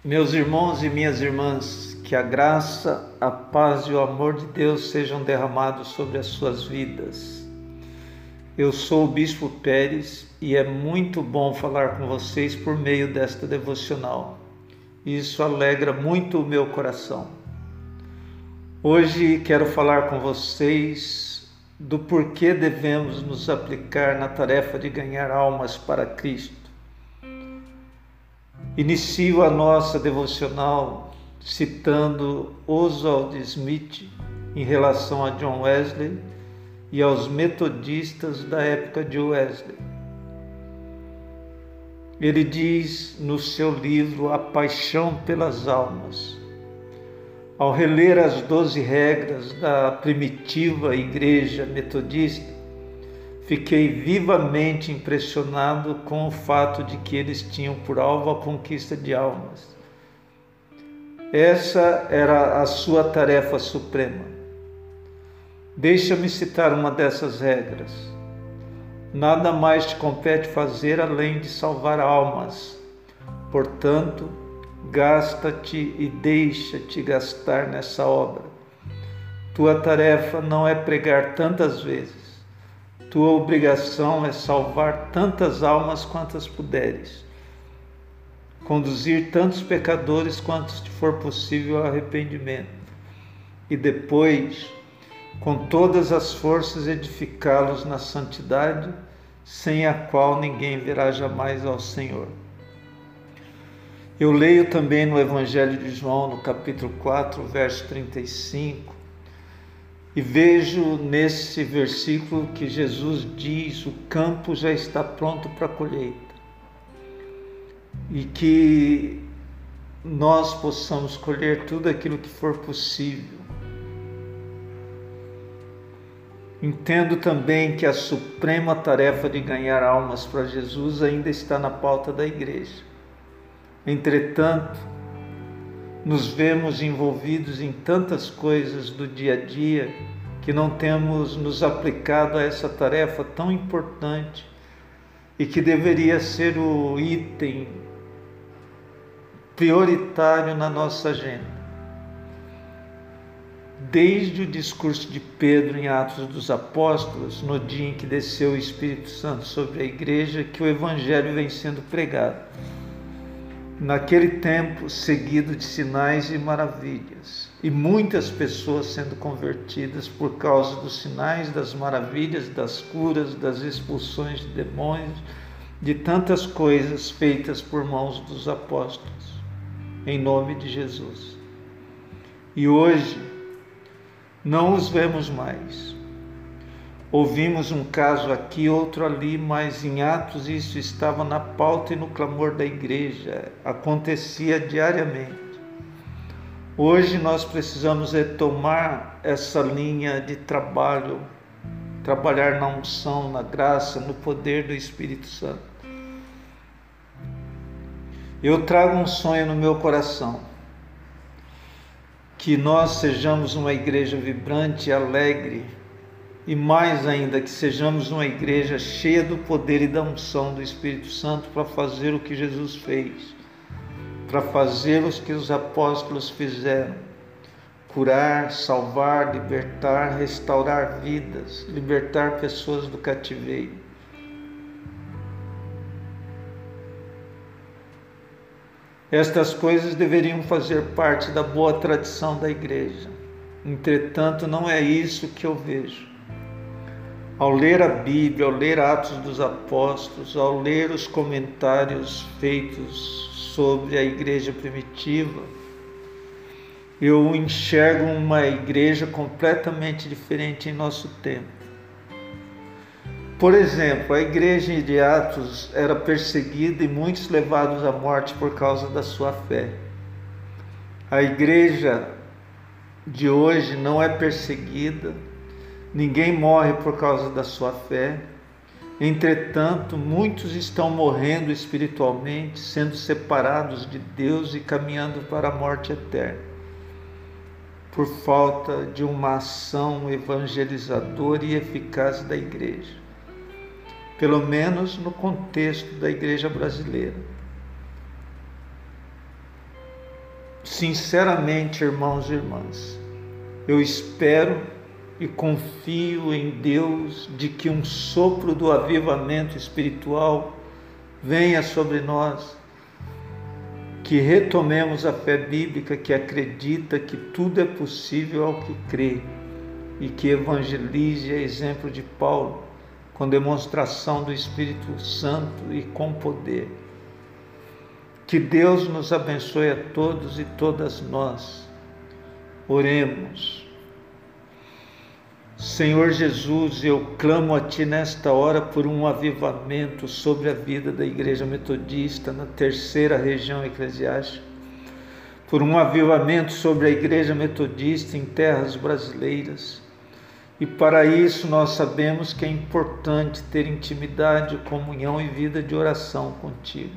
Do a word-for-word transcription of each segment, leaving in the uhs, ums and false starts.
Meus irmãos e minhas irmãs, que a graça, a paz e o amor de Deus sejam derramados sobre as suas vidas. Eu sou o Bispo Pérez e é muito bom falar com vocês por meio desta devocional. Isso alegra muito o meu coração. Hoje quero falar com vocês do porquê devemos nos aplicar na tarefa de ganhar almas para Cristo. Inicio a nossa devocional citando Oswald Smith em relação a John Wesley e aos metodistas da época de Wesley. Ele diz no seu livro A Paixão pelas Almas: ao reler as doze regras da primitiva igreja metodista, fiquei vivamente impressionado com o fato de que eles tinham por alvo a conquista de almas. Essa era a sua tarefa suprema. Deixa-me citar uma dessas regras. Nada mais te compete fazer além de salvar almas. Portanto, gasta-te e deixa-te gastar nessa obra. Tua tarefa não é pregar tantas vezes. Tua obrigação é salvar tantas almas quantas puderes, conduzir tantos pecadores quantos te for possível ao arrependimento, e depois, com todas as forças, edificá-los na santidade, sem a qual ninguém verá jamais ao Senhor. Eu leio também no Evangelho de João, no capítulo quatro, verso trinta e cinco, e vejo nesse versículo que Jesus diz: o campo já está pronto para a colheita, e que nós possamos colher tudo aquilo que for possível. Entendo também que a suprema tarefa de ganhar almas para Jesus ainda está na pauta da igreja. Entretanto, nos vemos envolvidos em tantas coisas do dia a dia que não temos nos aplicado a essa tarefa tão importante e que deveria ser o item prioritário na nossa agenda. Desde o discurso de Pedro em Atos dos Apóstolos, no dia em que desceu o Espírito Santo sobre a igreja, que o Evangelho vem sendo pregado. Naquele tempo, seguido de sinais e maravilhas, e muitas pessoas sendo convertidas por causa dos sinais, das maravilhas, das curas, das expulsões de demônios, de tantas coisas feitas por mãos dos apóstolos, em nome de Jesus. E hoje, não os vemos mais. Ouvimos um caso aqui, outro ali, mas em Atos isso estava na pauta e no clamor da igreja, acontecia diariamente. Hoje nós precisamos retomar essa linha de trabalho, trabalhar na unção, na graça, no poder do Espírito Santo. Eu trago um sonho no meu coração, que nós sejamos uma igreja vibrante e alegre, e mais ainda, que sejamos uma igreja cheia do poder e da unção do Espírito Santo para fazer o que Jesus fez, para fazer o que os apóstolos fizeram: curar, salvar, libertar, restaurar vidas, libertar pessoas do cativeiro. Estas coisas deveriam fazer parte da boa tradição da igreja. Entretanto, não é isso que eu vejo. Ao ler a Bíblia, ao ler Atos dos Apóstolos, ao ler os comentários feitos sobre a igreja primitiva, eu enxergo uma igreja completamente diferente em nosso tempo. Por exemplo, a igreja de Atos era perseguida e muitos levados à morte por causa da sua fé. A igreja de hoje não é perseguida, ninguém morre por causa da sua fé. Entretanto, muitos estão morrendo espiritualmente, sendo separados de Deus e caminhando para a morte eterna, por falta de uma ação evangelizadora e eficaz da igreja, pelo menos no contexto da igreja brasileira. Sinceramente, irmãos e irmãs, eu espero e confio em Deus de que um sopro do avivamento espiritual venha sobre nós, que retomemos a fé bíblica que acredita que tudo é possível ao que crê e que evangelize a exemplo de Paulo, com demonstração do Espírito Santo e com poder. Que Deus nos abençoe a todos e todas nós. Oremos. Senhor Jesus, eu clamo a Ti nesta hora por um avivamento sobre a vida da Igreja Metodista na terceira região eclesiástica, por um avivamento sobre a Igreja Metodista em terras brasileiras. E para isso nós sabemos que é importante ter intimidade, comunhão e vida de oração contigo.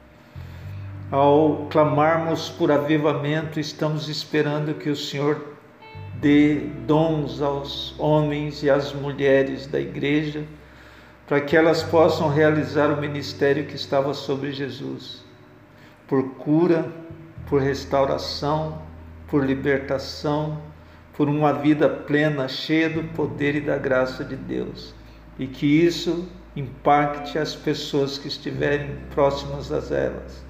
Ao clamarmos por avivamento, estamos esperando que o Senhor dê dons aos homens e às mulheres da igreja, para que elas possam realizar o ministério que estava sobre Jesus, por cura, por restauração, por libertação, por uma vida plena, cheia do poder e da graça de Deus, e que isso impacte as pessoas que estiverem próximas a elas.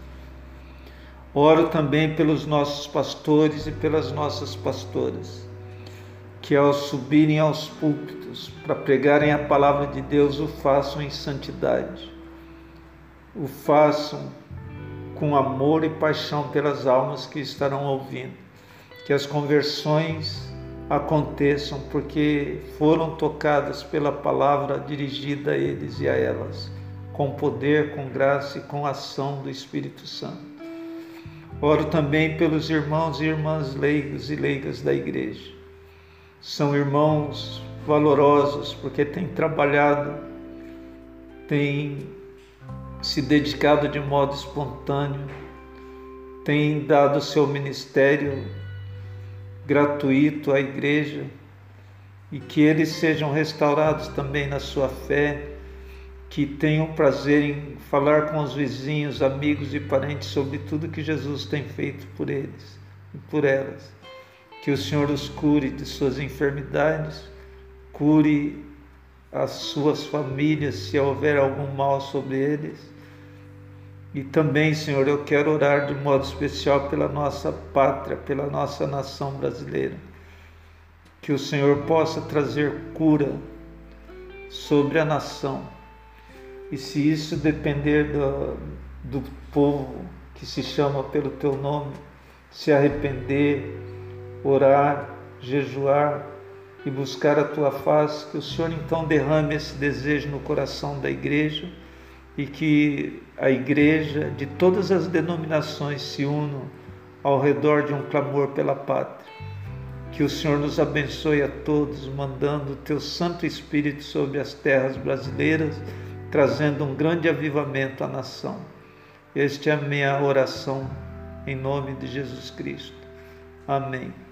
Oro também pelos nossos pastores e pelas nossas pastoras, que ao subirem aos púlpitos para pregarem a palavra de Deus, o façam em santidade, o façam com amor e paixão pelas almas que estarão ouvindo, que as conversões aconteçam porque foram tocadas pela palavra dirigida a eles e a elas, com poder, com graça e com ação do Espírito Santo. Oro também pelos irmãos e irmãs leigos e leigas da igreja. São irmãos valorosos porque têm trabalhado, têm se dedicado de modo espontâneo, têm dado seu ministério gratuito à igreja, e que eles sejam restaurados também na sua fé, que tenham prazer em falar com os vizinhos, amigos e parentes sobre tudo que Jesus tem feito por eles e por elas. Que o Senhor os cure de suas enfermidades, cure as suas famílias, se houver algum mal sobre eles. E também, Senhor, eu quero orar de modo especial pela nossa pátria, pela nossa nação brasileira. Que o Senhor possa trazer cura sobre a nação. E se isso depender do, do povo que se chama pelo Teu nome, se arrepender, orar, jejuar e buscar a Tua face, que o Senhor então derrame esse desejo no coração da igreja e que a igreja de todas as denominações se unam ao redor de um clamor pela pátria. Que o Senhor nos abençoe a todos, mandando o Teu Santo Espírito sobre as terras brasileiras, trazendo um grande avivamento à nação. Esta é a minha oração em nome de Jesus Cristo. Amém.